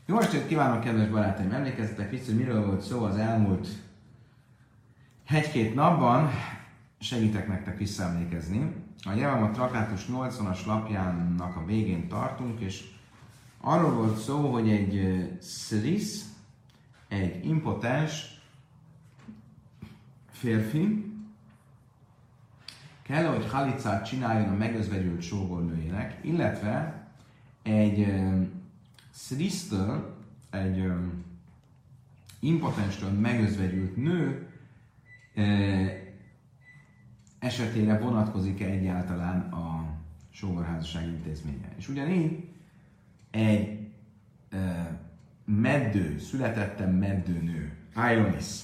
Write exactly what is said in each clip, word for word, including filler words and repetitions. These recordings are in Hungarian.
Jó estét kívánok, kedves barátaim! Emlékezzetek vissza, hogy miről volt szó az elmúlt egy-két napban. Segítek nektek visszaemlékezni. A Jevamot traktátus nyolcvanas lapjának a végén tartunk, és arról volt szó, hogy egy szrisz, egy impotens férfi kell, hogy halicát csináljon a megözvegyült sógornőjének, illetve egy szrisztől, egy um, impotenstől megözvegyült nő uh, esetére vonatkozik-e egyáltalán a sógorházasság intézménye. És ugyanígy egy uh, meddő, születettem meddő nő, Ailonis,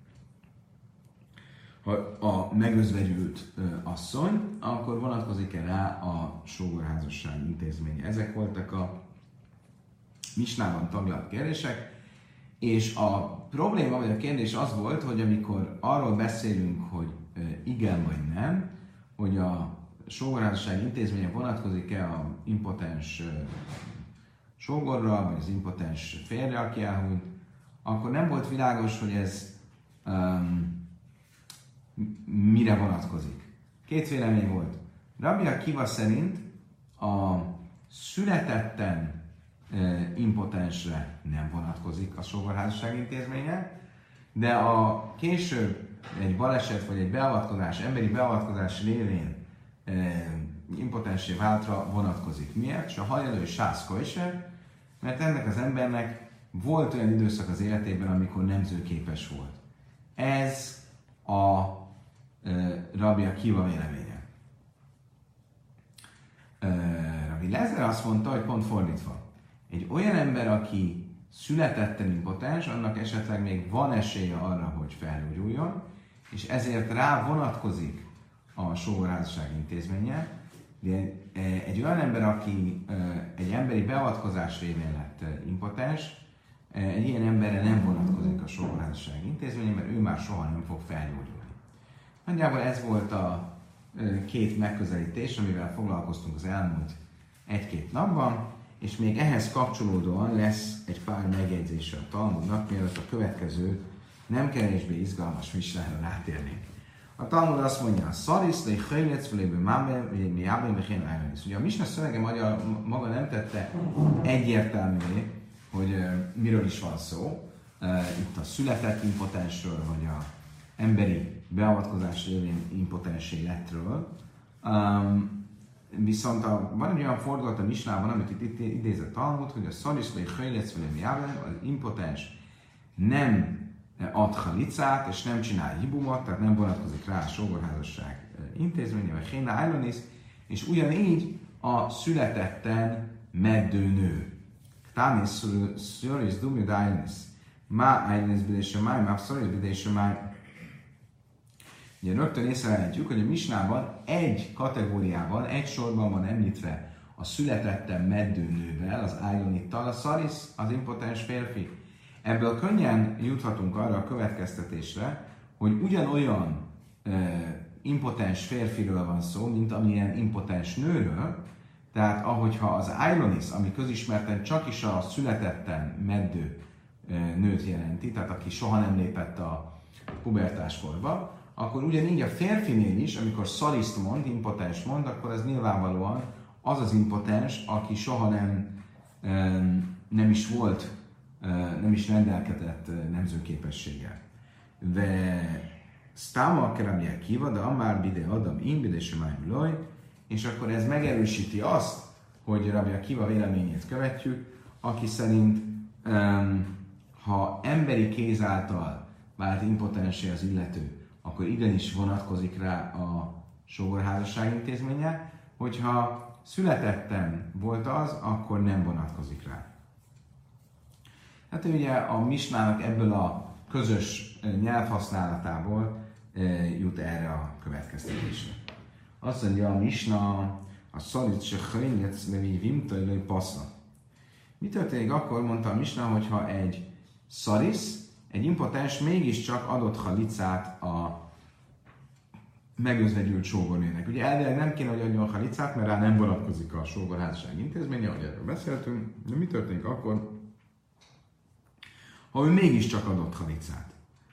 ha a megözvegyült uh, asszony, akkor vonatkozik-e rá a sógorházasság intézménye. Ezek voltak a Misnában taglalt kérdések, és a probléma, vagy a kérdés az volt, hogy amikor arról beszélünk, hogy e, igen vagy nem, hogy a sógorházasság intézménye vonatkozik-e a impotens e, sógorra, vagy az impotens férjre, aki elhunyt, akkor nem volt világos, hogy ez um, mire vonatkozik. Két vélemény volt. Rabbi Akiva szerint a születetten impotensre nem vonatkozik a sógorházasság intézménye, de a később egy baleset vagy egy beavatkozás, emberi beavatkozás révén e, impotensé váltra vonatkozik. Miért? És a hajlő és sászkojse, mert ennek az embernek volt olyan időszak az életében, amikor nemzőképes volt. Ez a e, Rabbi Akiva véleménye. E, Rabbi Lezer azt mondta, hogy pont fordítva. Egy olyan ember, aki születetten impotens, annak esetleg még van esélye arra, hogy felgyógyuljon, és ezért rá vonatkozik a sógorházasság intézménye. De egy olyan ember, aki egy emberi beavatkozás révén lett impotens, egy ilyen emberre nem vonatkozik a sógorházasság intézménye, mert ő már soha nem fog felgyógyulni. Nagyjából ez volt a két megközelítés, amivel foglalkoztunk az elmúlt egy-két napban, és még ehhez kapcsolódóan lesz egy pár megjegyzése a Talmudnak, mielőtt a következő nem kevésbé izgalmas misnára rátérnénk. A Talmud azt mondja, Szarisz, lej hajlec, feléből mámel, vagy mi jábel, vagy én állanisz. Ugye a misna szövege maga nem tette egyértelművé, hogy uh, miről is van szó. Uh, itt a született impotensről, vagy a emberi beavatkozás révén impotensé lettről. Um, Viszont a, van egy olyan fordulat a Misnában, amit itt, itt idézett Talmud, hogy a szariszlai hajlec velem jávelen, az impotens nem ad halicát, és nem csinál hibumot, tehát nem vonatkozik rá a sógorházasság intézménye, vagy héna ájlonis, és ugyanígy a születetten meddő nő. Támész szorisz dumjud ájlonis, má ájlonis bidése máj, má szorisz bidése máj. Ugye rögtön észrevehetjük, hogy a Misnában egy kategóriában, egy sorban van említve a születetten meddő nővel, az ájlonittal, a szarisz, az impotens férfi. Ebből könnyen juthatunk arra a következtetésre, hogy ugyanolyan e, impotens férfiről van szó, mint amilyen impotens nőről, tehát ahogyha az ájlonis, ami közismerten csak is a születetten meddő e, nőt jelenti, tehát aki soha nem lépett a pubertáskorba, akkor ugyanígy a férfinél is, amikor szariszt mond, impotens mond, akkor ez nyilvánvalóan az az impotens, aki soha nem, nem is volt, nem is rendelkezett nemzőképességgel. De sztáma kerabják kiva, de amár bide adam, én bide semány és akkor ez megerősíti azt, hogy Rabbi Akiva véleményét követjük, aki szerint ha emberi kéz által vált impotensé az illető, akkor igenis vonatkozik rá a sógorházasság intézménye, hogyha születettem volt az, akkor nem vonatkozik rá. Hát ugye a misnának ebből a közös nyelvhasználatából jut erre a következtetésre. Azt mondja a misna, a szalic se hajnec levi vimtajlai passza. Mi történik akkor, mondta a misna, hogyha egy szarisz, egy impotens mégiscsak adott halicát a megözvegyült sógornőnek. Ugye elvileg nem kéne, hogy adjon halicát, mert rá nem vonatkozik a sógorházasság intézménye, ahogy erről beszéltünk. De mi történik akkor, ha ő mégiscsak adott halicát.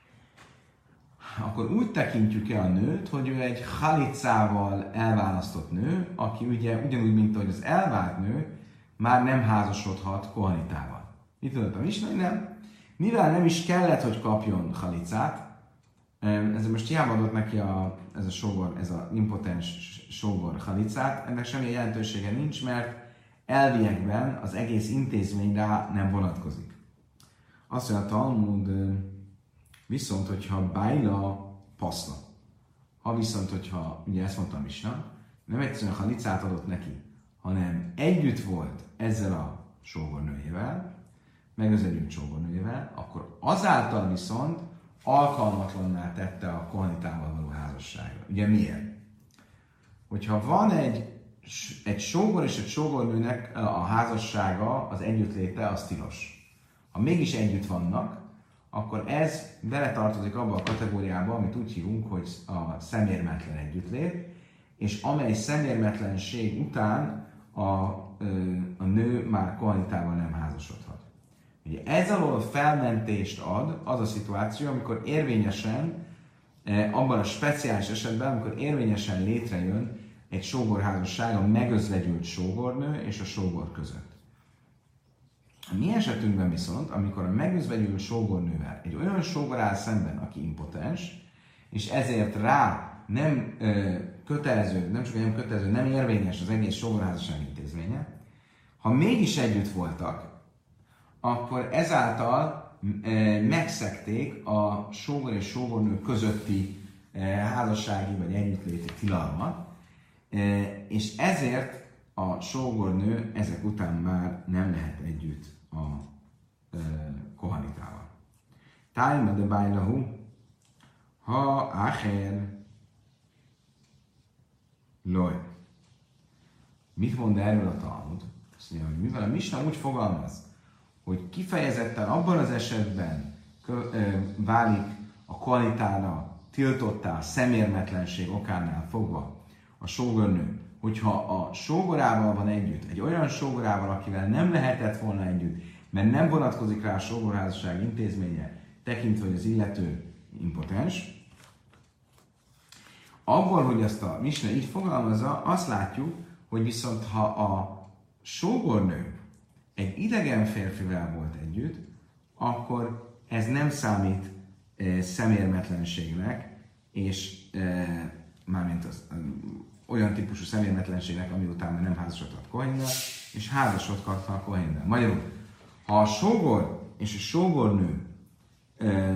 Akkor úgy tekintjük el a nőt, hogy ő egy halicával elválasztott nő, aki ugye ugyanúgy, mint ahogy az elvált nő, már nem házasodhat kohanitával. Mit tudottam is, hogy nem? Mivel nem is kellett, hogy kapjon halicát, ez most hiába adott neki a, ez a sógor, ez a impotens sógor halicát, ennek semmi jelentősége nincs, mert elviekben az egész intézmény rá nem vonatkozik. Azt mondja a Talmud, viszont, hogyha bájla paszla, ha viszont, hogyha, ugye ezt mondtam is, nem? Nem egyszerűen halicát adott neki, hanem együtt volt ezzel a sógornőjével, meg az együtt sógornőjével, akkor azáltal viszont alkalmatlanná tette a kohanitával való házasságra. Ugye miért? Hogyha van egy, egy sógor és egy sógornőnek a házassága, az együttléte, az tilos. Ha mégis együtt vannak, akkor ez beletartozik abba a kategóriába, amit úgy hívunk, hogy a szemérmetlen együttlét, és amely szemérmetlenség után a, a nő már kohanitával nem házasodhat. Ugye ez alól felmentést ad az a szituáció, amikor érvényesen, abban a speciális esetben, amikor érvényesen létrejön egy sógorházasság a megözvegyült sógornő és a sógor között. A mi esetünkben viszont, amikor a megözvegyült sógornővel egy olyan sógor áll szemben, aki impotens, és ezért rá nem ö, kötelező, nem csak nem kötelező, nem érvényes az egész sógorházasság intézménye, ha mégis együtt voltak, akkor ezáltal e, megszegték a sógor és sógornő közötti e, házassági vagy együttléti tilalmat, e, és ezért a sógornő ezek után már nem lehet együtt a e, kohanitával. Tájma de bájlahu, ha áher loj. Mit mond erről a Talmud? Azt mondja, hogy mivel a Misna úgy fogalmaz, hogy kifejezetten abban az esetben kö, ö, válik a koanitára tiltottá a szemérmetlenség okánál fogva a sógornő, hogyha a sógorával van együtt, egy olyan sógorával, akivel nem lehetett volna együtt, mert nem vonatkozik rá a sógorházasság intézménye, tekintve, hogy az illető impotens, abból, hogy ezt a Misna így fogalmazza, azt látjuk, hogy viszont ha a sógornő egy idegen férfivel volt együtt, akkor ez nem számít e, szemérmetlenségnek, és e, mármint az, e, olyan típusú szemérmetlenségnek, ami után már nem házasodhat Kohénnel, és házasodhat a Kohénnel. Magyarul, ha a sógor és a sógornő e,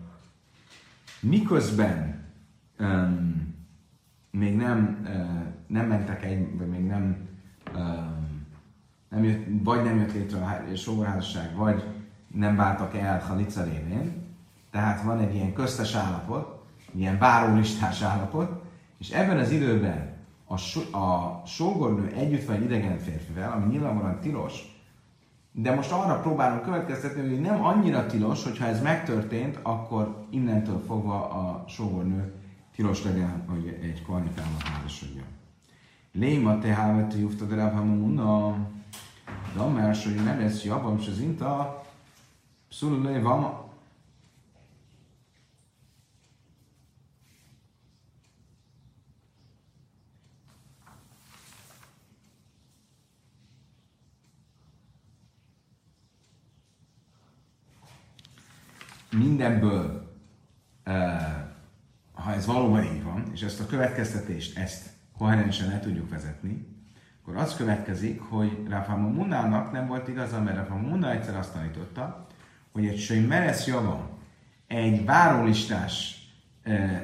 miközben e, még nem, e, nem mentek egy, vagy még nem e, Nem jött, vagy nem jött létre a sógorházasság, vagy nem váltak el halica révén. Tehát van egy ilyen köztes állapot, ilyen várólistás állapot, és ebben az időben a, so, a sógornő együtt van egy idegen férfivel, ami nyilvánvalóan tilos, de most arra próbálom következtetni, hogy nem annyira tilos, hogyha ez megtörtént, akkor innentől fogva a sógornő tilos legyen, hogy egy kohanitával házasodjon. Léma te hávet jufta de Rabhamuna. De a első, hogy nem lesz javam, se zinta, pszululé van. Mindenből, ha ez valóban így van, és ezt a következtetést, ezt koherensen el tudjuk vezetni, akkor az következik, hogy Rav Munának nem volt igaza, mert Rav Muna egyszer azt tanította, hogy egy söj meresz java, egy várólistás eh,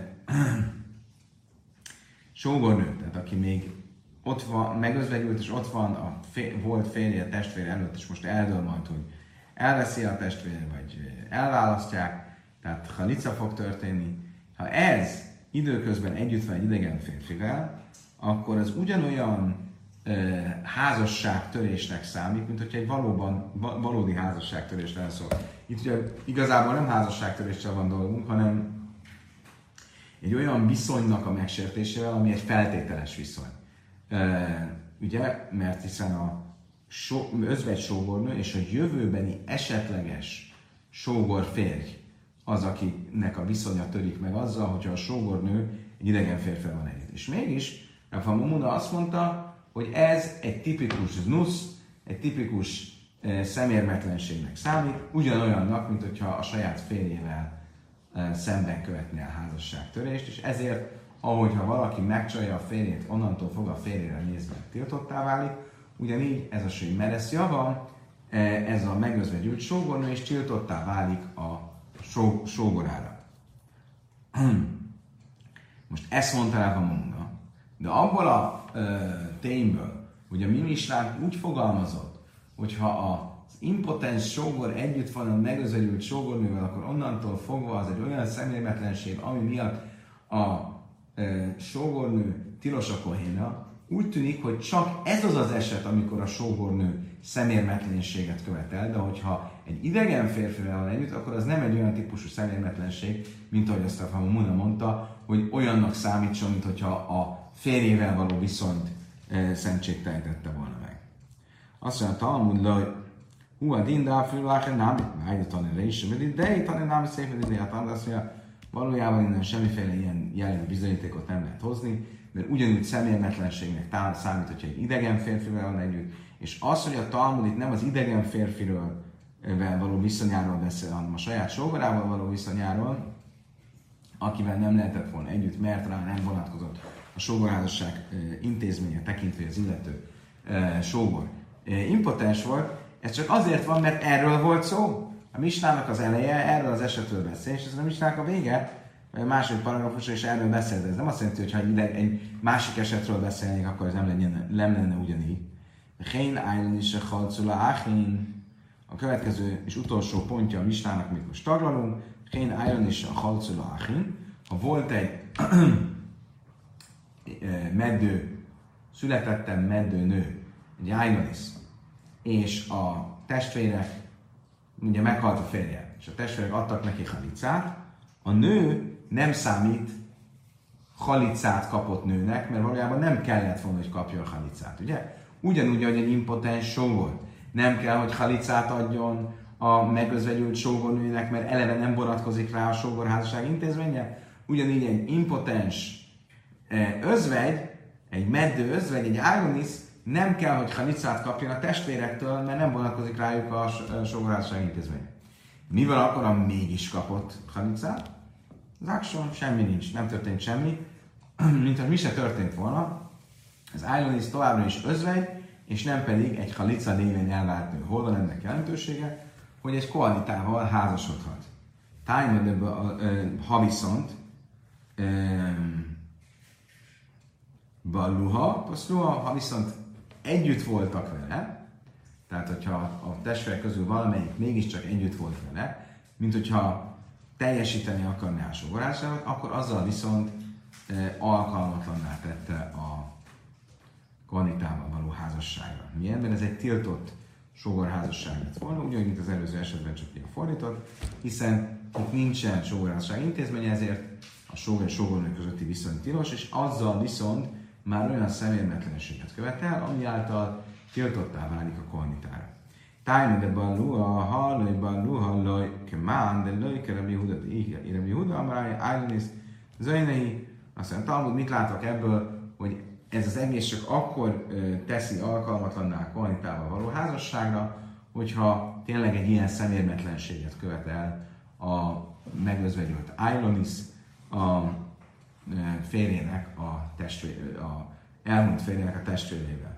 sógornő, tehát aki még ott van, megözvegyült, és ott van a fél, volt férje, a testvére előtt, és most eldől majd, hogy elveszi a testvére, vagy elválasztják, tehát halica fog történni. Ha ez időközben együtt van egy idegen férfivel, akkor az ugyanolyan házasságtörésnek számít, mint hogyha egy valóban valódi házasságtörés lenne szó. Itt ugye igazából nem házasságtöréssel van dolgunk, hanem egy olyan viszonynak a megsértésével, ami egy feltételes viszony. E, ugye, mert hiszen a so, özvegy sógornő és a jövőbeni esetleges sógor férj az, akinek a viszonya törik meg azzal, hogyha a sógornő egy idegen férfivel van együtt. És mégis Rav Hamamuna azt mondta, hogy ez egy tipikus znusz, egy tipikus e, szemérmetlenségnek számít, ugyanolyannak, mint hogyha a saját férjével e, szemben követné a házasságtörést, és ezért, ahogyha valaki megcsalja a férjét, onnantól fog a férjére nézve tiltottá válik, ugyanígy ez a sői meresz java, e, ez a megözvegyült sógornő, és tiltottá válik a só, sógorára. Most ezt mondta Rav Hamamuna, de abból a ö, tényből, hogy a mi misnánk úgy fogalmazott, hogyha az impotens sógor együtt van a megözvegyült sógornővel, akkor onnantól fogva az egy olyan szemérmetlenség, ami miatt a ö, sógornő tilos a kohéna, úgy tűnik, hogy csak ez az az eset, amikor a sógornő szemérmetlenséget követel, de hogyha egy idegen férfivel van együtt, akkor az nem egy olyan típusú szemérmetlenség, mint ahogy azt a Hamamuna mondta, hogy olyannak számítson, mint hogyha a férjével való viszonyt e, szentségteltette volna meg. Azt mondja, Talmud, hogy hú, a dinda, fülváke, nem, májda tanulra is, de idei tanulra, nem szépen idei, azt mondja, valójában innen semmiféle ilyen jellegű bizonyítékot nem lehet hozni, mert ugyanúgy szemérmetlenségnek talán számít, hogyha egy idegen férfivel van együtt, és az, hogy a Talmud itt nem az idegen férfiről való viszonyáról beszél, hanem a saját sógorával való viszonyáról, akivel nem lehetett volna együtt, mert rá nem vonatkozott a sógorházasság intézménye tekintve az illető sógor impotens volt. Ez csak azért van, mert erről volt szó. A misnának az eleje erről az esetről beszél, és ez a misnának a vége, a második paragrafusra is erről beszél, de ez nem azt jelenti, hogy ha egy másik esetről beszélnék, akkor ez nem lenne, nem lenne ugyanígy. Hén ájlon is a halcula áhén. A következő és utolsó pontja a misnának, amit most taglalunk, Hén ájlon is a halcula áhén. Ha volt egy meddő, születettem meddő nő, egy ájlonis, és a testvérek, ugye meghalt a férje, és a testvérek adtak neki halicát, a nő nem számít halicát kapott nőnek, mert valójában nem kellett volna, hogy kapja a halicát, ugye? Ugyanúgy, hogy egy impotens sógor nem kell, hogy halicát adjon a megözvegyült sógornőnek, mert eleve nem vonatkozik rá a sógorházasság intézménye, ugyanígy egy impotens özvegy, egy meddő özvegy, egy ájonis nem kell, hogy halicát kapjon a testvérektől, mert nem vonatkozik rájuk a sógorházasság intézménye. Mivel akkor a mégis kapott halicát? Zákson, semmi nincs, nem történt semmi, mint hogy mi se történt volna. Az ájonis továbbra is özvegy, és nem pedig egy halica lévén elvált nő. Hol van ennek jelentősége? Hogy egy koalitával házasodhat. Tájmedőben, ha viszont balluha, passzluha, ha viszont együtt voltak vele, tehát hogyha a testvérek közül valamelyik mégiscsak együtt volt vele, mint hogyha teljesíteni akarná a sógorházasságot, akkor azzal viszont e, alkalmatlanná tette a kohanitával való házasságra. Miért? Mert ez egy tiltott sógorházasság lett volna, ugyanúgy, mint az előző esetben csak ilyen fordított, hiszen itt nincsen sógorházasság intézménye, ezért a sógor és sógornő közötti viszony tilos, és azzal viszont már olyan szemérmetlenséget követel, ami által tiltottá válik a kohanitára. Tájna de balluha, hallaj balluha, hallaj kemán, de laj kerem Jehuda, de érem Jehuda, amály ájlanis, zajnei. Aztán Talmud mit látok ebből, hogy ez az egész csak akkor ö, teszi alkalmatlanná a kohanitával való házasságra, hogyha tényleg egy ilyen szemérmetlenséget követel a megözvegyült ájlanis, a férjének a testvér, a elhunyt férjének a testvérével.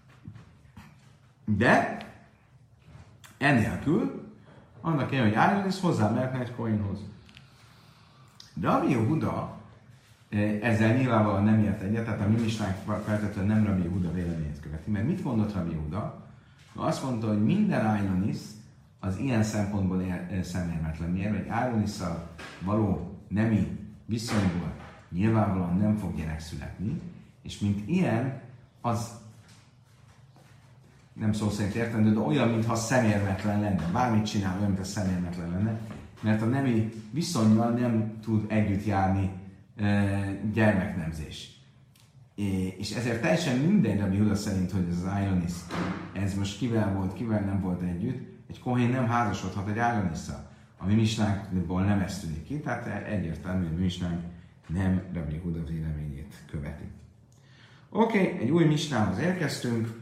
De ennélkül annak én, hogy Ájlanis hozzá mehetne egy koinhoz. De Rabbi Yehuda ezzel nyilvánvalóan nem ért egyet, tehát a mi misnánk feltétlenül nem Rabbi Yehuda véleményét követi, mert mit mondott Rabbi Yehuda? Azt mondta, hogy minden Ájlanis az ilyen szempontból szemérmetlen. Miért? Egy Ájlanisszal való nemi viszonyból nyilvánvalóan nem fog gyerek születni, és mint ilyen, az nem szó szerint értendő, de olyan, mintha szemérmetlen lenne. Bármit csinál, olyan, mintha szemérmetlen lenne, mert a nemi viszonnyal nem tud együtt járni e, gyermeknemzés. É, és ezért teljesen mindegy, Rabbi Yehuda szerint, hogy ez az Ájlanis, ez most kivel volt, kivel nem volt együtt, egy kohén nem házasodhat egy Ájlanisszal. A mi misnánkból nem ezt tűnik ki, tehát egyértelmű, hogy a mi misnánk nem Rabbi Yehuda véleményét követi. Oké, okay, egy új misnához érkeztünk,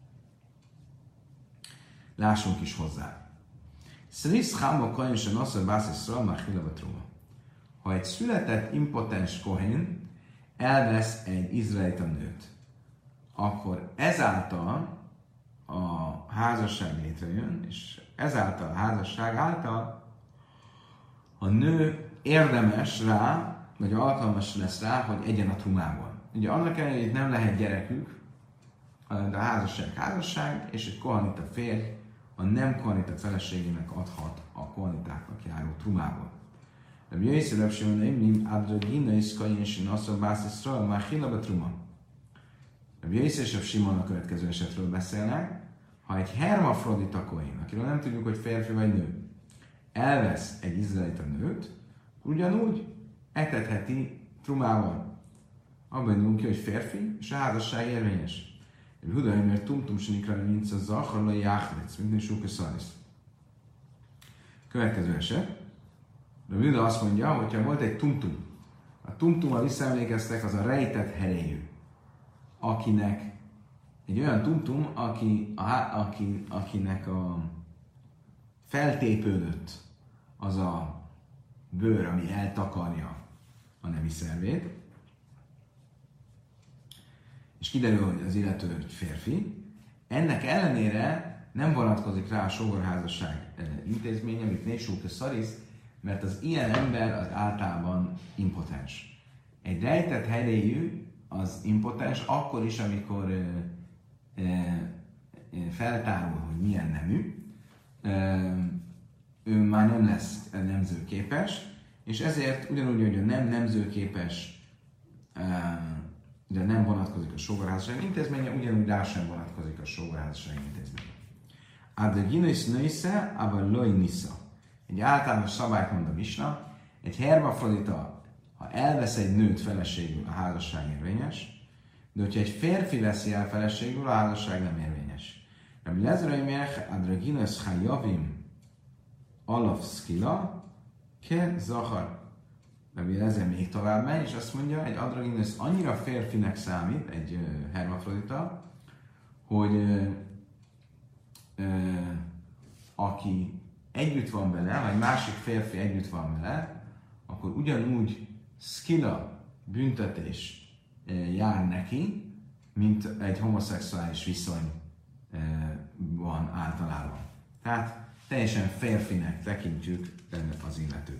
lássunk is hozzá. Szrisz háma kohen se naszor bász Yisrael machila truma. Ha egy született impotens kohén elvesz egy izraelita nőt, akkor ezáltal a házasság létrejön, és ezáltal a házasság által a nő érdemes rá, vagy alkalmas lesz rá, hogy egyen a trumából. Ugye annak ellenére, hogy itt nem lehet gyerekük, de a házasság házasság, és egy kohanita férj a nem kohanita feleségének adhat a kohanitáknak járó trumából. De Jöjjsző Reb Simon Imrim Adragina Iszkain Sinaszor Bász Yisrael Máchila Betruma. De Jöjjsző és Reb Simon a következő esetről beszélnek. Ha egy hermafrodita kohen, akiről nem tudjuk, hogy férfi vagy nő, elvesz egy izraelita nőt, ugyanúgy etetheti trumával. Abban indulunk ki, hogy férfi, és a házasság érvényes. Hudai, mert tumtum sinikra, mint a zacharlai jáhlic, mint is ukaszalisz. Következő eset. De Huda azt mondja, hogyha volt egy tumtum, a tumtummal visszaemlékeztek, az a rejtett herejű, akinek egy olyan tumtum, aki, a, aki, akinek a feltépődött az a bőr, ami eltakarja a nemi szervét, és kiderül, hogy az illető egy férfi, ennek ellenére nem vonatkozik rá a sógorházasság intézménye, amit Nésúke Szarisz, mert az ilyen ember az általában impotens. Egy rejtett helyéjű az impotens akkor is, amikor e, e, feltárul, hogy milyen nemű, e, ő már nem lesz nemzőképes, és ezért ugyanúgy, hogy a nem nemzőképes, e, de nem vonatkozik a sógorházasság intézménye, ugyanúgy rá sem vonatkozik a sógorházasság intézménye. Adaginois nősze, aber loi nisza. Egy általános szabályt mond a Misna, egy hermafrodita, ha elvesz egy nőt feleségül, a házasság érvényes, de hogyha egy férfi veszi el feleségül, a házasság nem érvényes. Rabbi Lezer Mech, Adraginos Chayavim Alafszkila, Ke Zahar. Rabbi Lezer még tovább megy, és azt mondja, egy Adraginos annyira férfinek számít, egy uh, hermafrodita, hogy uh, uh, aki együtt van vele, vagy másik férfi együtt van vele, akkor ugyanúgy szkila, büntetés jár neki, mint egy homoszexuális viszony van általában. Tehát teljesen férfinek tekintjük az illetőt.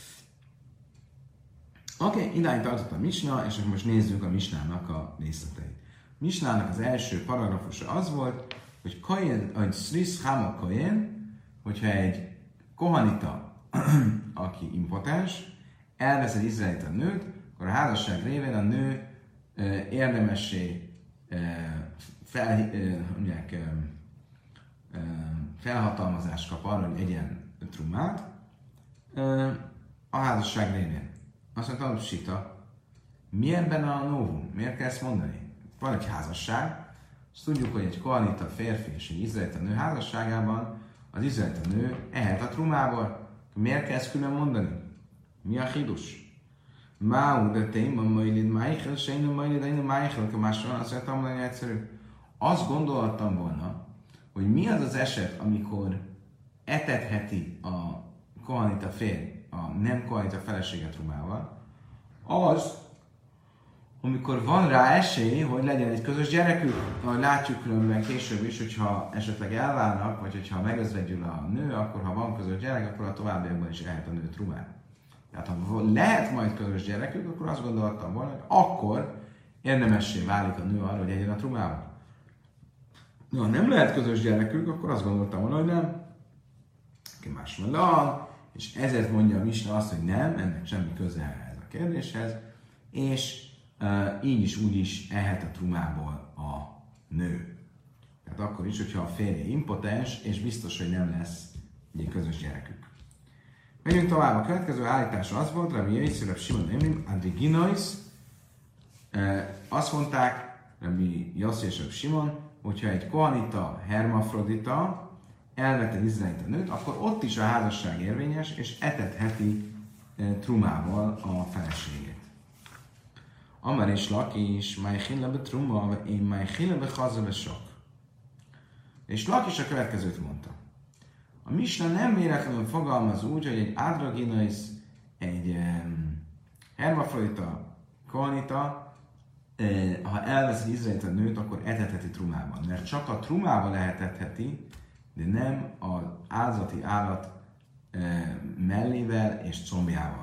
Oké, okay, idáig tartott a Misna, és akkor most nézzük a Misnának a részleteit. Misnának az első paragrafusa az volt, hogy Kajen, hogy Szrisz Háma Kajen, hogyha egy kohanita, aki impotens, elvesz egy izraelita nőt, akkor a házasság révén a nő e, érdemessé e, fel, e, mondják, e, e, felhatalmazást kap arra, hogy egyen trumát e, a házasság révén. Azt mondta, hogy Sita, mi ebben a novum? Miért kell ezt mondani? Van egy házasság, azt tudjuk, hogy egy kohanita férfi és egy izraelita nő házasságában az izraelita nő ehet a trumából. Miért kell ezt külön mondani? Mi a hidus? Máú, de téma majlid májhel, sejnő majlid, ejnő májhel, ha másról azt szeretem mondani egyszerű. Azt gondoltam volna, hogy mi az az eset, amikor etetheti a kohanita férj a nem kohanita feleséget trumával, az, amikor van rá esély, hogy legyen egy közös gyerekük, ahogy látjuk különben később is, hogyha esetleg elválnak, vagy hogyha megözvegyül a nő, akkor ha van közös gyerek, akkor a továbbiakban is ehet a nő trumát. Tehát ha lehet majd közös gyerekük, akkor azt gondoltam volna, hogy akkor érdemessé válik a nő arra, hogy egyen a trumával. Ha nem lehet közös gyerekük, akkor azt gondoltam volna, hogy nem. Ki más mondja, és ezért mondja a Misna azt, hogy nem, ennek semmi köze ehhez a kérdéshez, és Uh, így is, úgy is ehet a trumából a nő. Tehát akkor is, hogyha a férje impotens, és biztos, hogy nem lesz egy közös gyerekük. Megyünk tovább. A következő állítás az volt, Rabbi Jöjjszöröbb Simon Emrim, Adriginois, uh, azt mondták, Rabbi Jöjjszöröbb Simon, hogyha egy kohanita, hermafrodita elvette egy izraelita nőt, akkor ott is a házasság érvényes, és etetheti e, trumával a feleségét. Amar és Laki is, máj hillebe truma, én máj hillebe hazebe sok. És Laki is a következőt mondta. A Misna nem véletlenül fogalmaz úgy, hogy egy androgynais, egy um, hermafrodita, kohanita, eh, ha elvesz egy izraelita nőt, akkor etetheti trumában. Mert csak a trumával lehetetheti, de nem az áldozati állat eh, mellével és combjával.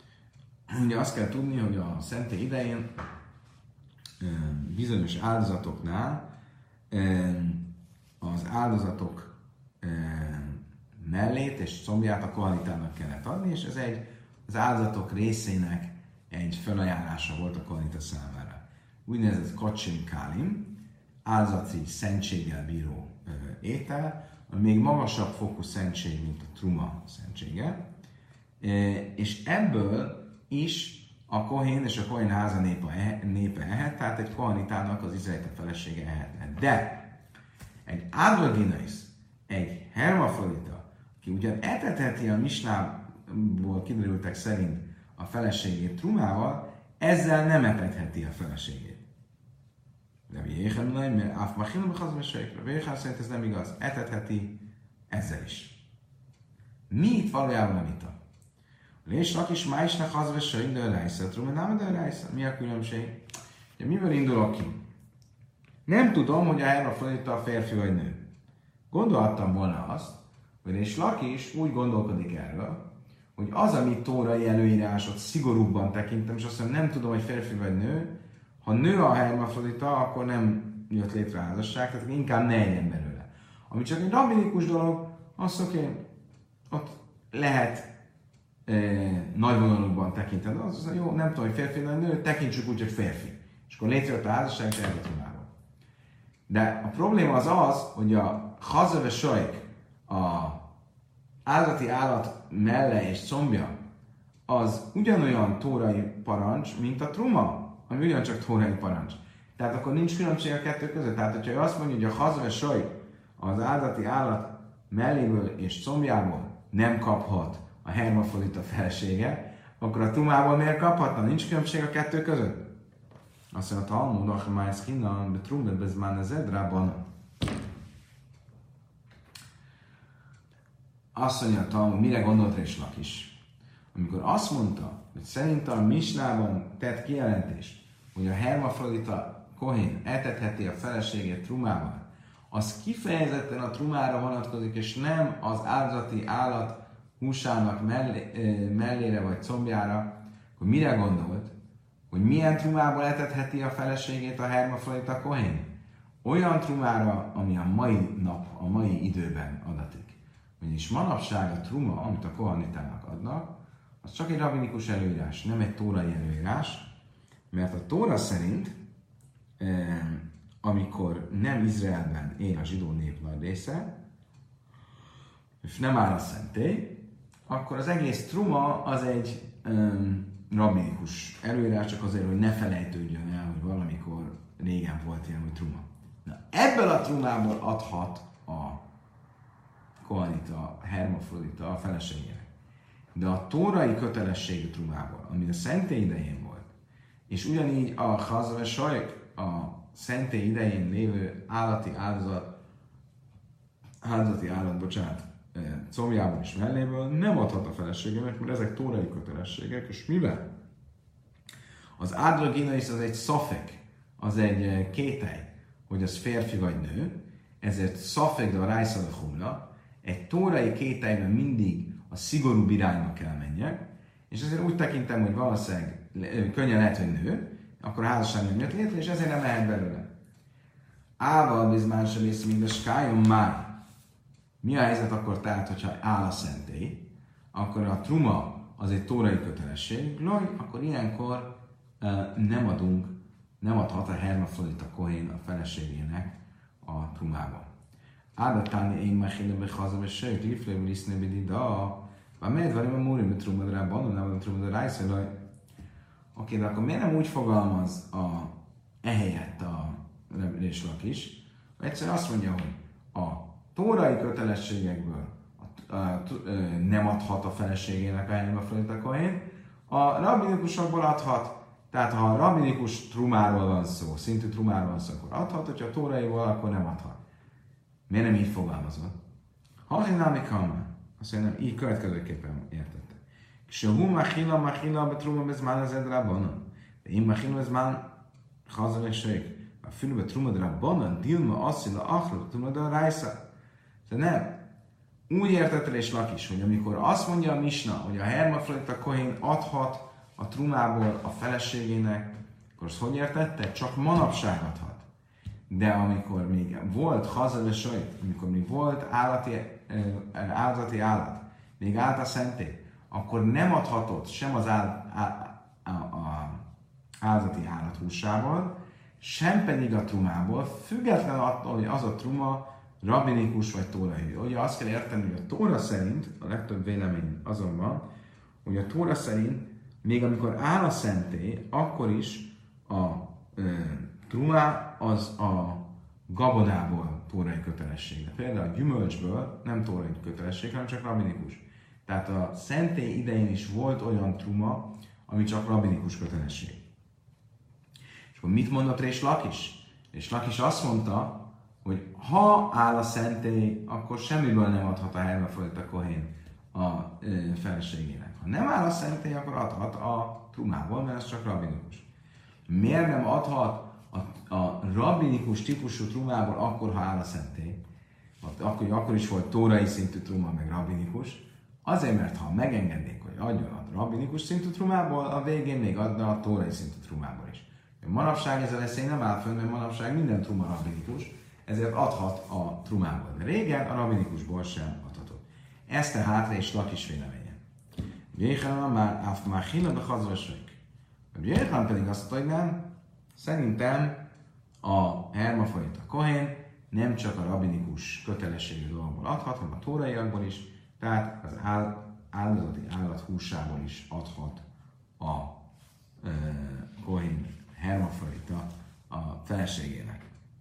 Ugye azt kell tudni, hogy a szentély idején eh, bizonyos áldozatoknál eh, az áldozatok eh, mellét és combját a kohanitának kellett adni, és ez egy az áldozatok részének egy felajánlása volt a kohanita számára. Úgynevezett kocsim kálim, áldozati szentséggel bíró ö, étel, ami még magasabb fokú szentség, mint a truma szentsége, e, és ebből is a kohén és a kohén háza népe, népe ehet, tehát egy kohanitának az izraelita felesége ehetne. De egy androgynais, egy hermafrodita, ki ugyan etetheti a misnából kiderültek szerint a feleségét trumával, ezzel nem etetheti a feleségét. De Jéhen nem, mert áfmachilom a hazamességre. Jéhen szerint ez nem igaz. Etetheti ezzel is. Mi itt valójában a vita? Lésnak is májsnak hazamességre, de rájsza, truma nem, de rájsza. Mi a különbség? Ugye, mivel indulok ki? Nem tudom, hogy a hermafrodita a férfi vagy nő. Gondolhattam volna azt, hogy és Laki is úgy gondolkodik erről, hogy az, ami tórai előírásot szigorúbban tekintem, és azt mondom, nem tudom, hogy férfi vagy nő, ha nő a hermafrodita, akkor nem jött létre a házasság, tehát inkább ne legyen belőle. Ami csak egy rabbinikus dolog, azt oké, okay, ott lehet e, nagy vonalukban tekinteni, az, az jó, nem tudom, hogy férfi vagy nő, tekintsük úgy, hogy férfi. És akkor létrejött a házasság, és elvetumáról. De a probléma az az, hogy a hazave sajk, a áldati állat melle és combja, az ugyanolyan tórai parancs, mint a truma, ami ugyancsak tórai parancs. Tehát akkor nincs különbség a kettő között. Tehát, hogyha ő azt mondja, hogy a hazve sajt az áldati állat melléből és combjából nem kaphat a hermafrodita felesége, akkor a trumából miért kaphatna? Nincs különbség a kettő között? Azt mondja, a Talmud, Achmájsz Kinnan, Betrumbe, Bezmán, Zedrában. Azt mondja a Talmud, mire gondolt Résh Lakis? Amikor azt mondta, hogy szerintem a Misnában tett kijelentést, hogy a hermafrodita kohén etetheti a feleségét trumával, az kifejezetten a trumára vonatkozik, és nem az áldozati állat húsának mellé, mellére vagy combjára, akkor mire gondolt? Hogy milyen trumából etetheti a feleségét a hermafrodita kohén? Olyan trumára, ami a mai nap, a mai időben adatik. Vagyis manapság a truma, amit a kohanitának adnak, az csak egy rabbinikus előírás, nem egy tórai előírás, mert a tóra szerint, eh, amikor nem Izraelben él a zsidó nép nagy része, és nem áll a szentély, akkor az egész truma az egy um, rabbinikus előírás, csak azért, hogy ne felejtődjön el, hogy valamikor régen volt ilyen, hogy truma. Na, ebből a trumából adhat a kohanita, a hermafrodita a feleségének. De a tórai kötelességű trumából, ami a szentély idején volt, és ugyanígy a hazve sajk, a szentély idején lévő állati áldozat, áldozati állat, bocsánat, combjából és melléből nem adhat a feleségének, mert ezek tórai kötelességek, és mivel? Az androgynais az egy szafek, az egy kételj, hogy az férfi vagy nő, ezért szafek, de a rájszad a humla, egy tórai kételyben mindig a szigorúbb irányba kell menjek, és ezért úgy tekintem, hogy valószínűleg könnyen lehet, hogy nő, akkor a házasság nem jött létre, és ezért nem lehet belőle. Ával bizmán sem ész, mint a skájon már. Mi a helyzet akkor tehát, hogyha áll a szentély, akkor a truma az egy tórai kötelesség, loj, akkor ilyenkor uh, nem adunk, nem adhat a hermafrodita kohén a feleségének a trumába. Ádatáni én mechélebe hazabe sejt, lifléből isznébe dida, bár miért van a múri, mit trumadra, banon, nem a trumadra rájszolaj. Oké, de akkor miért nem úgy fogalmaz a ehelyett a Résh Lakis, egyszerűen azt mondja, hogy a tórai kötelességekből a, a, a, nem adhat a feleségének a helyembe fölött a kohén, a rabbinikusokból adhat, tehát ha a rabbinikus trumáról van szó, szintű trumáról van szó, akkor adhat, hogyha a tóraiból, akkor nem adhat. Miért nem így fogalmazod? Ha hinnámi kamma, azt mondja, nem, így következőképpen értette. Ksehú machila machila betruma bezmán az edrabanon. De én machila bezmán hazaleség. A fülbe truma drabanon, dilma asszila achluk truma de rájsza. De nem. Úgy értette és Lakis, hogy amikor azt mondja a misna, hogy a hermafrodita kohén adhat a trumából a feleségének, akkor azt hogy értette? Csak manapság adhat. De amikor még volt hazaleség, amikor még volt állati, áldati állat, még állt a szentély, akkor nem adhatott sem az áld, á, á, á, áldati állat húsából, sem pedig a trumából, független attól, hogy az a truma rabbinikus vagy tórai. Ugye azt kell érteni, hogy a tóra szerint, a legtöbb vélemény azon van, hogy a tóra szerint, még amikor áll a szentély, akkor is a ö, trumá az a gabonából tórai kötelesség. De például a gyümölcsből nem tórai kötelesség, hanem csak rabbinikus. Tehát a szentély idején is volt olyan truma, ami csak rabbinikus kötelesség. És akkor mit mondott Rés Lakis? Rés Lakis azt mondta, hogy ha áll a szentély, akkor semmiből nem adhat a helyben fölött a kohén a ö, feleségének. Ha nem áll a szentély, akkor adhat a trumából, mert ez csak rabbinikus. Miért nem adhat a, a rabbinikus típusú trumából akkor, ha áll a szentély? Akkor, akkor is volt tórai szintű truma, meg rabbinikus. Azért, mert ha megengednék, hogy adjon a rabbinikus szintű trumából, a végén még adna a tórai szintű trumából is. Manapság ez a veszély nem áll fönn, mert manapság minden truma rabbinikus, ezért adhat a trumából. De régen a rabbinikusból sem adhatott. Ez tehát és Lakis véleménye. Jéhán már áf már hílebe hazasvék. Jéhán pedig azt mondta, hogy nem. Szerintem a hermafrodita kohén nem csak a rabbinikus kötelességű dolgokból adhat, hanem a tóraiakból is, tehát az áldozati állat húsából is adhat a e, kohén hermafrodita a feleségének.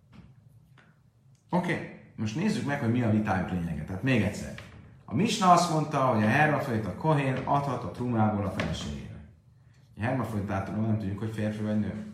Oké, okay. Most nézzük meg, hogy mi a vitájuk lényege. Tehát még egyszer. A misna azt mondta, hogy a hermafrodita kohén adhat a trumából a feleségének. A hermafroditától nem tudjuk, hogy férfi vagy nő.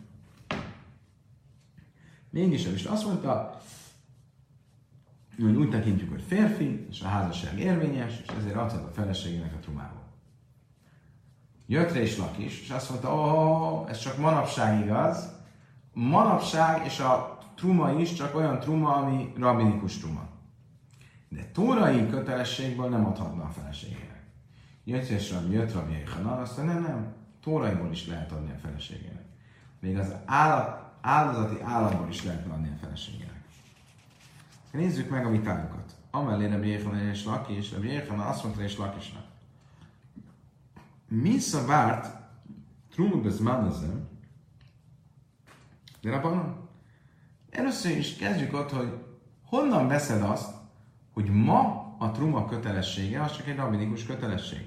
Mégis a misna azt mondta, hogy úgy tekintjük, hogy férfi, és a házasság érvényes, és ezért adhat a feleségének a trumából. Jött Rés Lakis, és azt mondta, oh, ez csak manapság igaz. Manapság és a truma is csak olyan truma, ami rabbinikus truma. De tórai kötelességből nem adhatna a feleségének. Jött és Rabbi, jött Rabbi Jéhanan, azt mondja, nem, nem, tóraiból is lehet adni a feleségének. Még az állat, áldozati állatból is lehet adni a feleségének. Nézzük meg a vitájukat. Amellé Rabbi Jéhanan és Lakis, Rabbi Jéhanan azt mondta és Lakisnak. Mi szabárt truma bezmanazem, de rabbanon? Először is kezdjük ott, hogy honnan veszed azt, hogy ma a truma kötelessége, az csak egy rabbinikus kötelesség.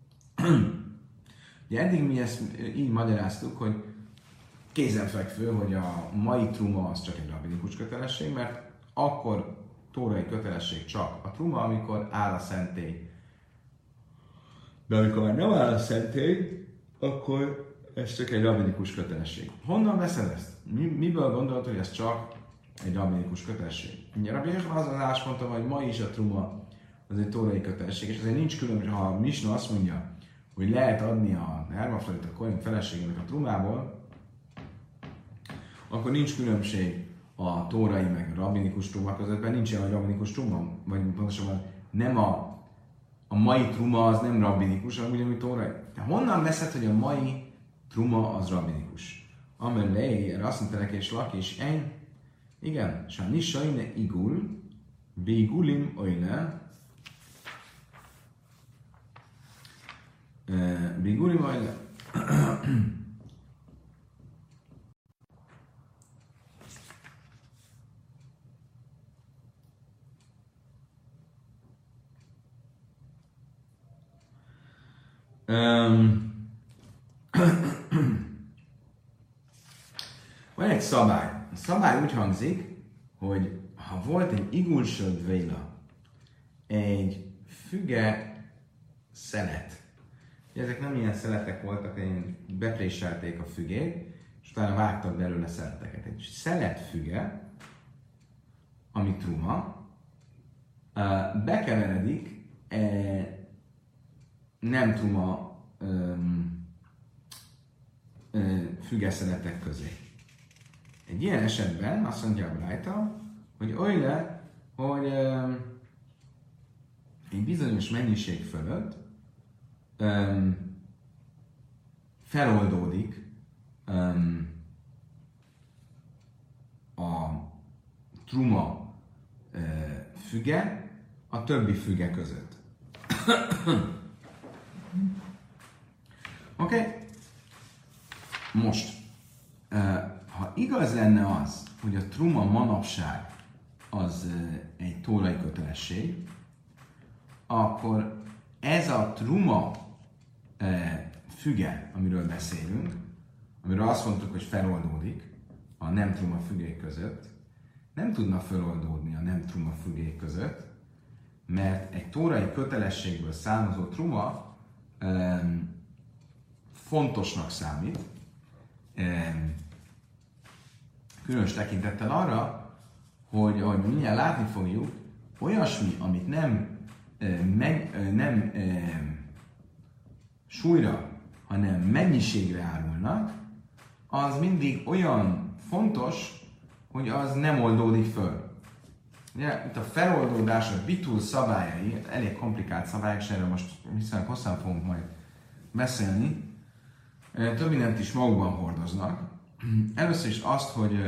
Ugye eddig mi ezt így magyaráztuk, hogy kézenfekvő, hogy a mai truma az csak egy rabbinikus kötelesség, mert akkor tórai kötelesség csak a truma, amikor áll a szentély. De amikor már nem áll a szentély, akkor ez csak egy rabbinikus kötelesség. Honnan veszed ezt? Mi, miből gondolod, hogy ez csak egy rabbinikus kötelesség? Ugye Rabbi Jéhanan azon állásponton, hogy ma is a truma az egy tórai kötelesség, és azért nincs különbség, ha a misna azt mondja, hogy lehet adni a hermafrodita kohén feleségének a trumából, akkor nincs különbség a tórai meg a rabbinikus truma között, mert nincs ilyen, hogy rabbinikus truma, vagy pontosabban nem a, a mai truma az nem rabbinikus, hanem ugyanúgy tórai. De honnan veszed, hogy a mai truma az rabbinikus? Amelé, erre azt mondta neki, és Lakis, én, igen, sáni sajne igul, bigulim oile, bigulim oile. Um, van egy szabály. A szabály úgy hangzik, hogy ha volt egy igulsöd véla egy füge szelet. Ezek nem ilyen szeletek voltak, hogy bepréselték a fügét, és utána vágtak belőle szeleteket. Egy szelet füge, ami truma, bekeveredik nem truma fügeszeletek közé. Egy ilyen esetben azt mondja a Brájta, hogy olyan, hogy egy bizonyos mennyiség fölött um, feloldódik um, a truma uh, füge a többi füge között. Oké? Okay? Most, uh, ha igaz lenne az, hogy a truma manapság az uh, egy tórai kötelesség, akkor ez a truma e, füge, amiről beszélünk, amiről azt mondtuk, hogy feloldódik a nem truma fügék között, nem tudna feloldódni a nem truma fügék között, mert egy tórai kötelességből származó truma e, fontosnak számít, e, különös tekintettel arra, hogy ahogy mindjárt látni fogjuk, olyasmi, amit nem Meg, nem e, súlyra, hanem mennyiségre árulnak, az mindig olyan fontos, hogy az nem oldódik föl. Ugye, itt a feloldódás, a bitul szabályai, elég komplikált szabályok, és erről most viszonylag hosszan fogunk majd beszélni, több mindent is magukban hordoznak. Először is azt, hogy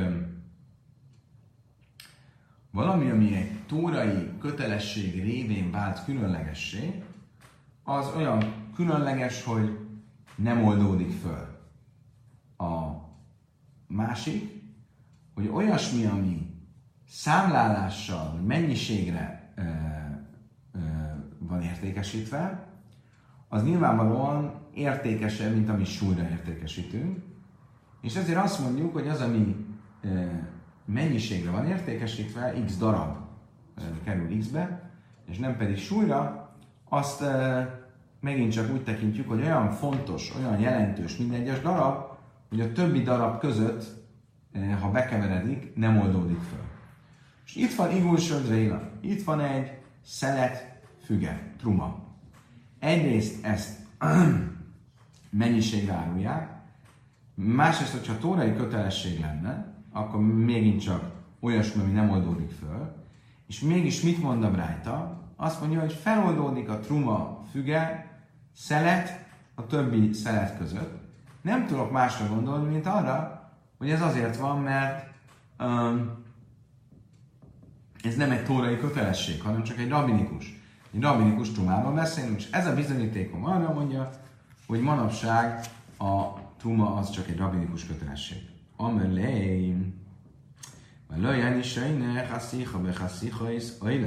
valami, ami egy tórai kötelesség révén vált különlegessé, az olyan különleges, hogy nem oldódik föl. A másik, hogy olyasmi, ami számlálással, vagy mennyiségre ö, ö, van értékesítve, az nyilvánvalóan értékesebb, mint ami súlyra értékesítünk, és ezért azt mondjuk, hogy az, ami ö, mennyiségre van értékesítve, x darab e, kerül x-be, és nem pedig súlyra, azt e, megint csak úgy tekintjük, hogy olyan fontos, olyan jelentős minden egyes darab, hogy a többi darab között, e, ha bekeveredik, nem oldódik föl. És itt van igulsöd réla, itt van egy szelet füge, truma. Egyrészt ezt mennyiségre árulják, másrészt, hogyha tórai kötelesség lenne, akkor megint csak olyasmi, ami nem oldódik föl. És mégis mit mond a Brájta? Azt mondja, hogy feloldódik a truma füge szelet a többi szelet között. Nem tudok másra gondolni, mint arra, hogy ez azért van, mert um, ez nem egy tórai kötelesség, hanem csak egy rabinikus. Egy rabinikus trumában beszélünk, és ez a bizonyítékom arra mondja, hogy manapság a truma az csak egy rabinikus kötelesség. Amelém, mert lőjön is sejne, haszíha be haszíha is ajle.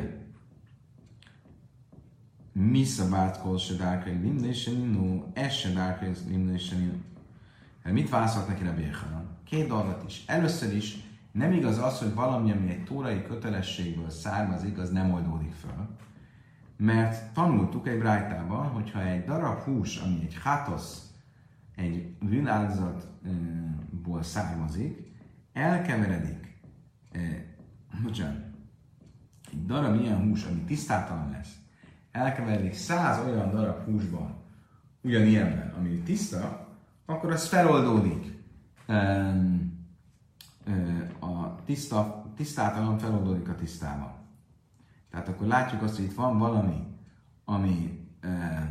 Mi szabált kol se dárkai limnéseninu, ez se dárkai limnéseninu. Mit válaszolt neki Rabbi Yechanan? Két dolgot is. Először is nem igaz az, hogy valami, ami egy tórai kötelességből származik, az nem oldódik föl. Mert tanultuk egy brájtában, hogyha egy darab hús, ami egy hátosz, egy bűnáldozatból származik, elkeveredik, eh, bocsánat, egy darab ilyen hús, ami tisztátalan lesz, elkeveredik száz olyan darab húsban, ugyanilyenben, ami tiszta, akkor az feloldódik. Eh, eh, a tiszta, tisztátalan feloldódik a tisztában. Tehát akkor látjuk azt, hogy itt van valami, ami eh,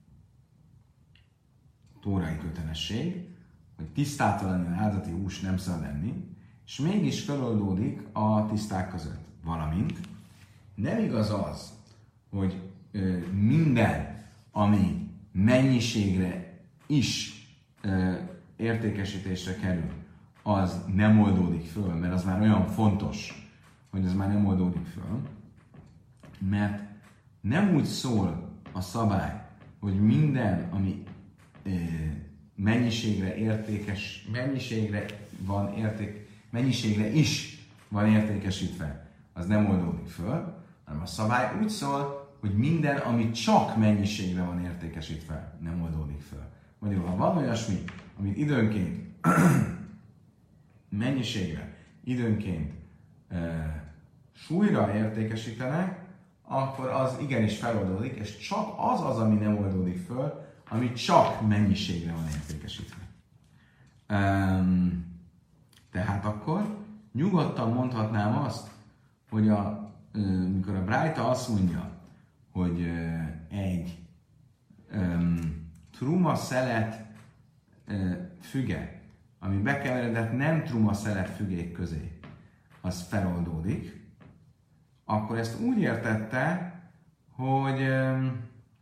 tórai kötelesség, hogy tisztátalan áldati hús nem szabad enni, és mégis feloldódik a tiszták között. Valamint nem igaz az, hogy ö, minden, ami mennyiségre is ö, értékesítésre kerül, az nem oldódik föl, mert az már olyan fontos, hogy ez már nem oldódik föl, mert nem úgy szól a szabály, hogy minden, ami mennyiségre értékes, mennyiségre van érték, mennyiségre is van értékesítve, az nem oldódik föl, hanem a szabály úgy szól, hogy minden, ami csak mennyiségre van értékesítve, nem oldódik fel. Magyarul, ha van olyasmi, amit időnként mennyiségre, időnként e, súlyra értékesítenek, akkor az igenis feloldódik, és csak az az, ami nem oldódik föl, ami csak mennyiségre van értékesítve. Um, tehát akkor nyugodtan mondhatnám azt, hogy a, uh, mikor a Brájta azt mondja, hogy uh, egy um, truma szelet uh, füge, ami bekeveredett nem truma szelet fügék közé, az feloldódik, akkor ezt úgy értette, hogy um,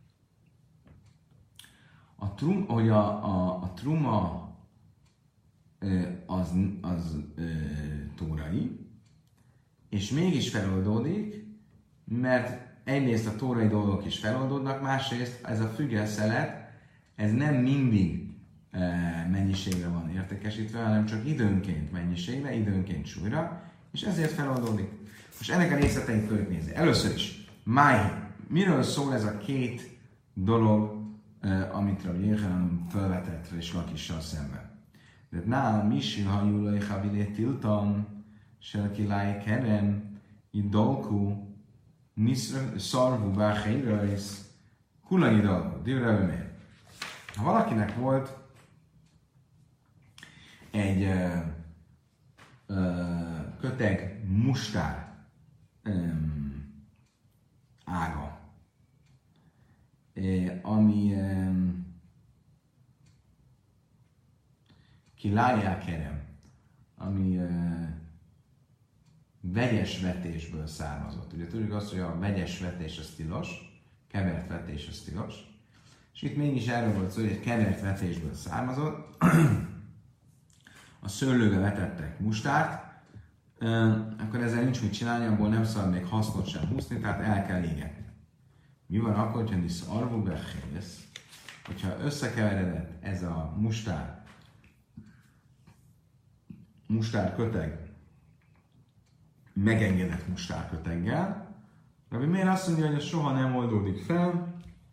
a, trum, hogy a, a, a truma az, az ö, tórai, és mégis feloldódik, mert egyrészt a tórai dolgok is feloldódnak, másrészt ez a fügelszelet, ez nem mindig e, mennyiségre van értékesítve, hanem csak időnként mennyiségre, időnként súlyra, és ezért feloldódik. Most ennek a részleteit fogjuk nézni. Először is, máj, miről szól ez a két dolog, e, amit Rabbi Jéhanan felvetett és Lakissal szemben? De nálam is, ha júlai havilé tiltam, selkiláj kerem, idolku, szarvú báhelyrajsz, kulai idolku, divrevőmér. Ha valakinek volt egy ö, ö, köteg mustár ö, ága, ö, ami ö, kilájá kerem, ami uh, vegyes vetésből származott. Ugye tudjuk azt, hogy a vegyes vetés az tilos, kevert vetés az tilos, és itt mégis erről volt szó, hogy egy kevert vetésből származott, a szőlőbe vetettek mustárt, uh, akkor ezzel nincs mit csinálni, abból nem szabad még hasznot sem húzni, tehát el kell égetni. Mi van akkor, hogyha nisz arvú bechész, hogyha összekeveredett ez a mustár, mustárköteg megengedett mustárköteggel, Rabbi Meir azt mondja, hogy ez soha nem oldódik fel,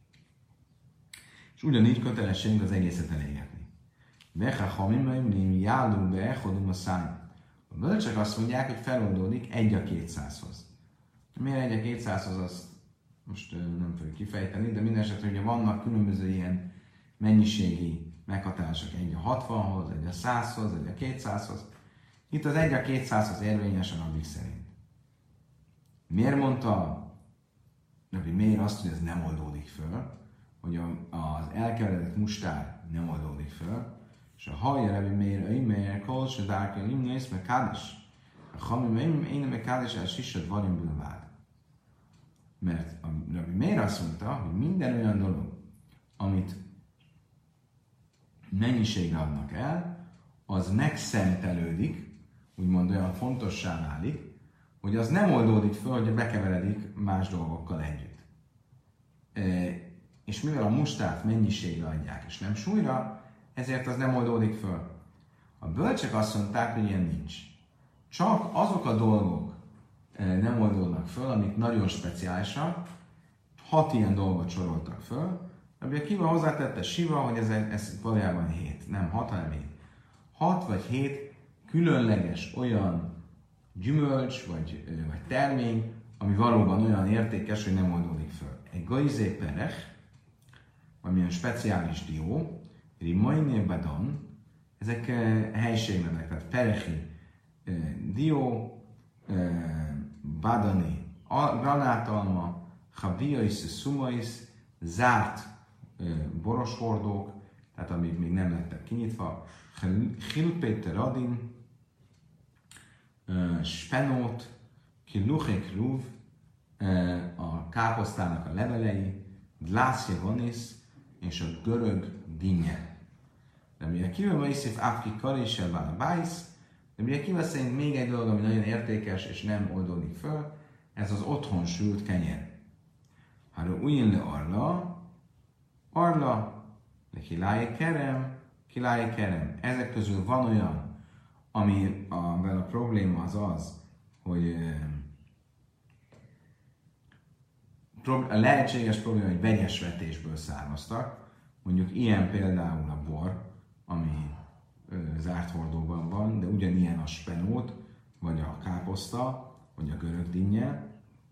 és ugyanígy kötelességünk az egészet elégetni. Becha hamimim jálunk be echodum a szány. A bölcsek azt mondják, hogy feloldódik egy a kétszázhoz. Miért egy a kétszázhoz, azt most nem fogjuk kifejteni, de minden esetre ugye vannak különböző ilyen mennyiségi meghatározások, egy a hatvanhoz, egy a százhoz, egy a kétszázhoz. Itt az egy a kétszázhoz érvényes a Rabbi szerint. Miért mondta Rabbi Meir azt, hogy ez nem oldódik föl, hogy az elkeveredett mustár nem oldódik föl, és a hallja Rabbi Meir, hogy Meir, kol se dárkel, imnész, meg kádes. A hamim, én meg kádes, el sisad valim bülvád. Mert a Rabbi Meir azt mondta, hogy minden olyan dolog, amit mennyiségre adnak el, az megszentelődik, úgymond olyan fontossá válik, hogy az nem oldódik föl, hogy bekeveredik más dolgokkal együtt. E, és mivel a mustárt mennyiségre adják, és nem súlyra, ezért az nem oldódik föl. A bölcsek azt mondták, hogy ilyen nincs. Csak azok a dolgok e, nem oldódnak föl, amik nagyon speciálisak, hat ilyen dolgot soroltak föl, ami a Kiva hozzátette Siva, hogy ez, ez valójában hét, nem hat, hanem hét. Hat vagy hét különleges olyan gyümölcs vagy, vagy termény, ami valóban olyan értékes, hogy nem oldódik föl. Egy gajzé perech, valamilyen speciális dió, rimainé badon, ezek helységnevek, tehát perechi dió, badani granátalma, chabiyais, szumais, zárt boroshordók, tehát amíg még nem lettek kinyitva, chilpéter radin, spenót, kiluchék rúv, a káposztának a levelei, glászje vanisz, és a görög dinnye. De mi a kivel vajszéf áfki karéssel vál a bájsz, de mi a kivel szerint még egy dolog, ami nagyon értékes, és nem oldódik föl, ez az otthon sült kenyér. Ha újjön le arla, arla, de kiláj kerem, kiláj kerem. Ezek közül van olyan, ami a, a probléma az az, hogy a lehetséges probléma, hogy vegyes vetésből származtak. Mondjuk ilyen például a bor, ami ö, zárt hordóban van, de ugyanilyen a spenót, vagy a káposzta, vagy a görög dinnye,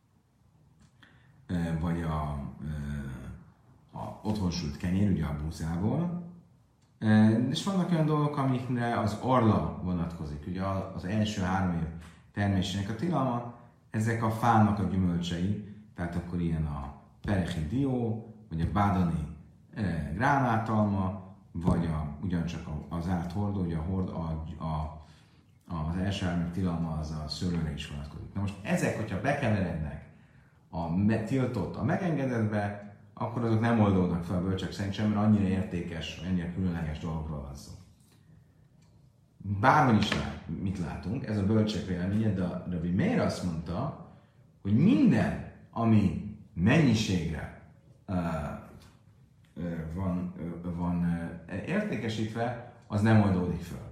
ö, vagy a, ö, a otthon sült kenyér, ugye a búzából. Ö, és vannak olyan dolgok, amikre az orla vonatkozik. Ugye az első három év termésének a tilalma, ezek a fának a gyümölcsei, tehát akkor ilyen a perechi dió, vagy a bádani e, gránátalma, vagy a, ugyancsak az árt hordó, ugye a hord, a, a, az első három tilalma az a szőlőre is vonatkozik. Na most ezek, hogyha bekeverednek a me, tiltott a megengedettbe, akkor azok nem oldódnak fel a bölcsek szerint sem, mert annyira értékes, annyira különleges dolgokról van szó. Bárhogy is lát, mit látunk, ez a bölcsek véleménye, de a Rabbi Meir azt mondta, hogy minden, ami mennyiségre uh, uh, van, uh, van uh, értékesítve, az nem oldódik föl.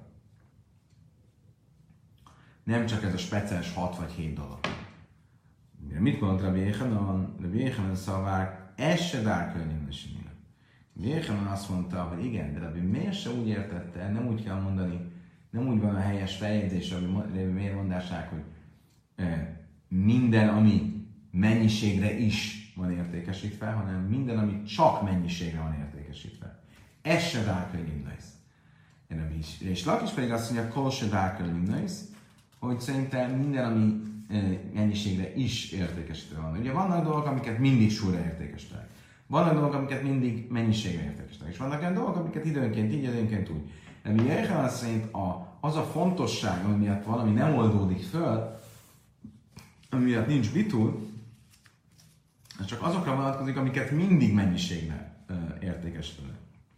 Nem csak ez a speciális hat vagy hét dolog. Mit mondott Rabbi Yechanan? Rabbi Yechanan szavár, ez se dárkölnyűn események. Rabbi Yechanan azt mondta, hogy igen, de Rabbi Meir se úgy értette, nem úgy kell mondani, nem úgy van a helyes feljegyzés, Rabbi Meir mondásának, hogy uh, minden, ami mennyiségre is van értékesítve, hanem minden, ami csak mennyiségre van értékesítve. Ez se dárkölj limnaisz. És Lakis pedig azt mondja, kol se dárkölj limnaisz, hogy szerintem minden, ami mennyiségre is értékesítve van. Ugye vannak dolgok, amiket mindig súlyra értékesítenek. Vannak dolgok, amiket mindig mennyiségre értékesítenek. És vannak olyan dolgok, amiket időnként így, időnként úgy. De mi Jéhán szerint a, az a fontosság, ami miatt valami nem oldódik föl, ami miatt nincs bitul, az csak azokra vonatkozik, amiket mindig mennyiségre uh, értékesítenek.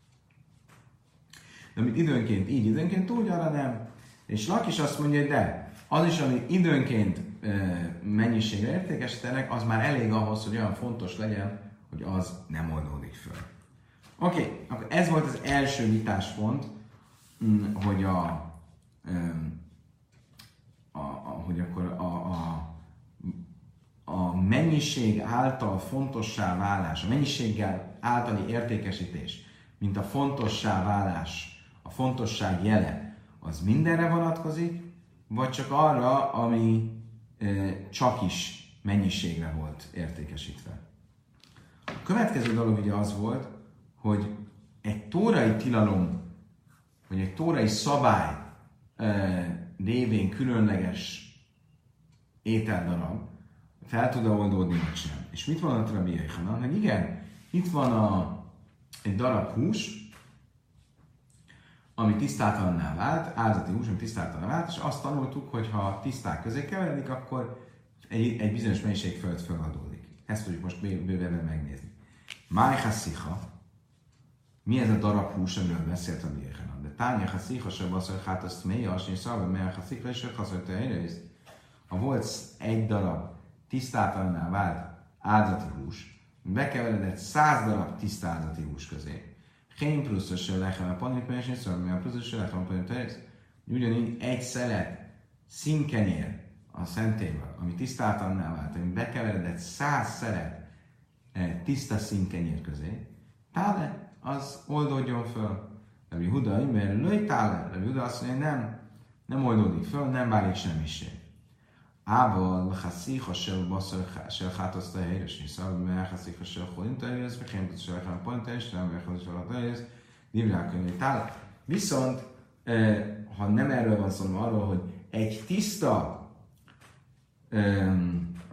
De amit időnként így, időnként úgy, arra nem. És Lakis azt mondja, hogy de, az is, ami időnként uh, mennyiségre értékesítenek, az már elég ahhoz, hogy olyan fontos legyen, hogy az nem oldódik föl. Oké, okay, akkor ez volt az első vitáspont, hogy a, um, a, a hogy akkor a, a a mennyiség által fontossá válás, a mennyiséggel általi értékesítés, mint a fontossá válás, a fontosság jele, az mindenre vonatkozik, vagy csak arra, ami e, csak is mennyiségre volt értékesítve. A következő dolog ugye az volt, hogy egy tórai tilalom, vagy egy tórai szabály e, révén különleges ételdarab, fel tud oldódni, vagy sem. És mit mondott Rabbi Yechanan? Hogy igen, itt van a, egy darab hús, ami tisztátalanná vált, áldozati hús, ami tisztátalanná vált, és azt tanultuk, hogy ha tiszták közé keveredik, akkor egy, egy bizonyos mennyiség fölött feladódik. Ezt tudjuk most bővebben megnézni. Máj haszicha, mi ez a darab hús, amiről beszélt Rabbi Yechanan? De tánya haszicha, se baszol, hát azt mélye, azt szalva, mely haszicha, és haszolta egyrészt. Ha volt egy darab tisztátalanná vált áldozati hús, bekeveredett száz darab tiszta áldozati hús közé. Hén pluszos lechem a panikmás, és szóval mi a pluszos lechem a panikmás, ugyanígy egy szelet színkenyér a szentélyből, ami tisztátalanná vált, ami bekeveredett száz szelet tiszta színkenyér közé, tále, az oldódjon föl. Rabbi Huda, mert lőj tále, Rabbi Huda azt mondja, nem, nem oldódik föl, nem válik semmiség. Ával haszicha shel basar shel chatos taheres, és szóval mert haszicha shel cholin taheres, vagy hém shel cholin point taheres, nem mert cholin shel taheres, divrák tál. Viszont, ha nem erről van szó, hanem arról, hogy egy tiszta um,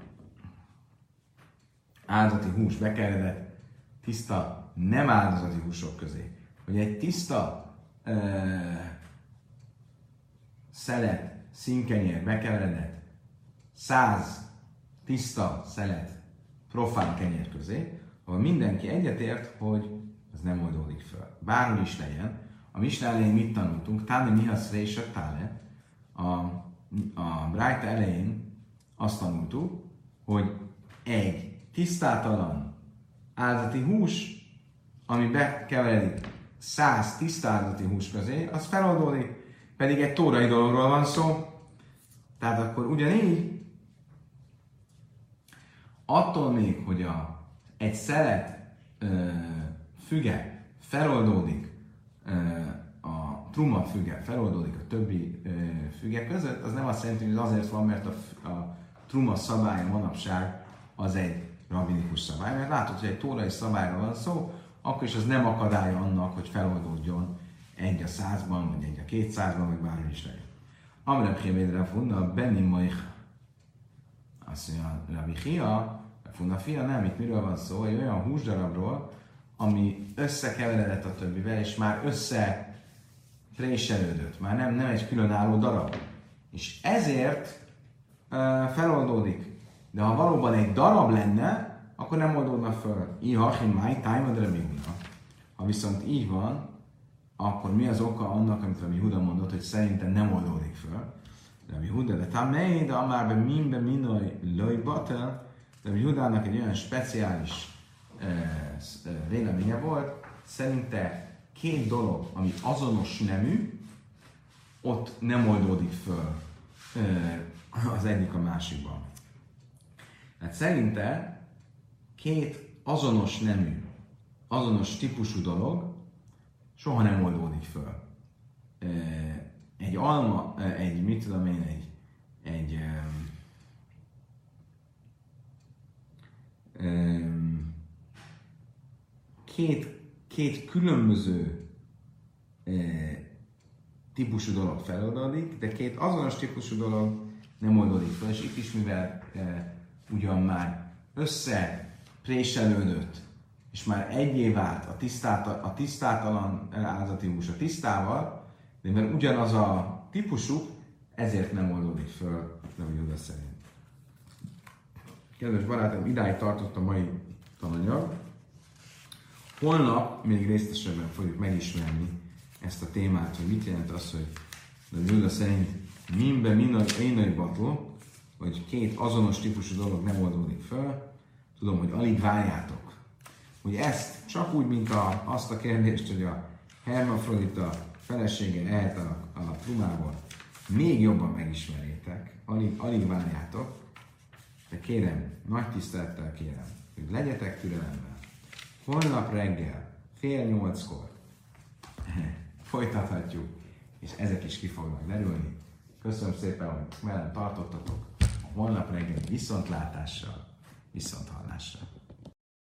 áldozati hús bekeveredett tiszta nem áldozati húsok közé, vagy egy tiszta uh, szelet színkenyér bekeveredett száz tiszta szelet profán kenyér közé, ahol mindenki egyetért, hogy ez nem oldódik föl. Bárhogy is legyen, a Mishnah elején mit tanultunk? Táne mihasz rése tále. A, a Brájta elején azt tanultuk, hogy egy tisztátalan áldozati hús, ami bekeveredik száz tiszta áldozati hús közé, az feloldódik, pedig egy tórai dologról van szó. Tehát akkor ugyanígy, attól még, hogy a egy szelet ö, füge feloldódik, ö, a truma füge feloldódik a többi ö, füge között, az nem azt jelenti, hogy az azért van, mert a, a truma szabálya manapság az egy rabbinikus szabály. Mert látod, hogy egy tórai szabályról van szó, akkor is az nem akadálya annak, hogy feloldódjon egy a százban, vagy egy a kétszázban, vagy bármi is legyen. Amire Pchemédre funna, Benni Moich. Azt mondja, Rabbi Chia, Funna fia, nem, itt miről van szó, egy olyan húsdarabról, ami összekeveredett a többivel, és már össze préselődött, már nem, nem egy különálló darab. És ezért uh, feloldódik. De ha valóban egy darab lenne, akkor nem oldódna föl. Ihachim máj tájmadra mihuna. Ha viszont így van, akkor mi az oka annak, amit Rabbi Huda mondott, hogy szerintem nem oldódik föl? Rabbi Huda, de tamei, de amárbe minbe minoj löj batel, Rabbi Hudának egy olyan speciális eh, véleménye volt, szerinte két dolog, ami azonos nemű, ott nem oldódik föl eh, az egyik a másikban. Hát szerinte két azonos nemű, azonos típusú dolog soha nem oldódik föl. Egy alma, egy, mit tudom én, egy, egy két, két különböző típusú dolog feloldódik, de két azonos típusú dolog nem oldódik fel, és itt is, mivel ugyan már összepréselődött, és már egyé vált a, tisztáta, a tisztátalan áldozati hús a tisztával, de mivel ugyanaz a típusuk, ezért nem oldódik föl, nem Júda szerint. Kedves barátom, idáig tartott a mai tananyag. Holnap még részletesebben fogjuk megismerni ezt a témát, hogy mit jelent az, hogy Júda szerint minbe minna énai bató, hogy két azonos típusú dolog nem oldódik föl. Tudom, hogy alig várjátok, hogy ezt csak úgy, mint a, azt a kérdést, hogy a hermafrodita felesége ehet a, a trumából, még jobban megismerjétek, alig, alig várjátok, de kérem, nagy tisztelettel kérem, hogy legyetek türelemmel. Holnap reggel, fél nyolckor folytathatjuk, és ezek is ki fognak derülni. Köszönöm szépen, hogy velem tartottatok. Holnap reggel viszontlátásra, viszonthallásra.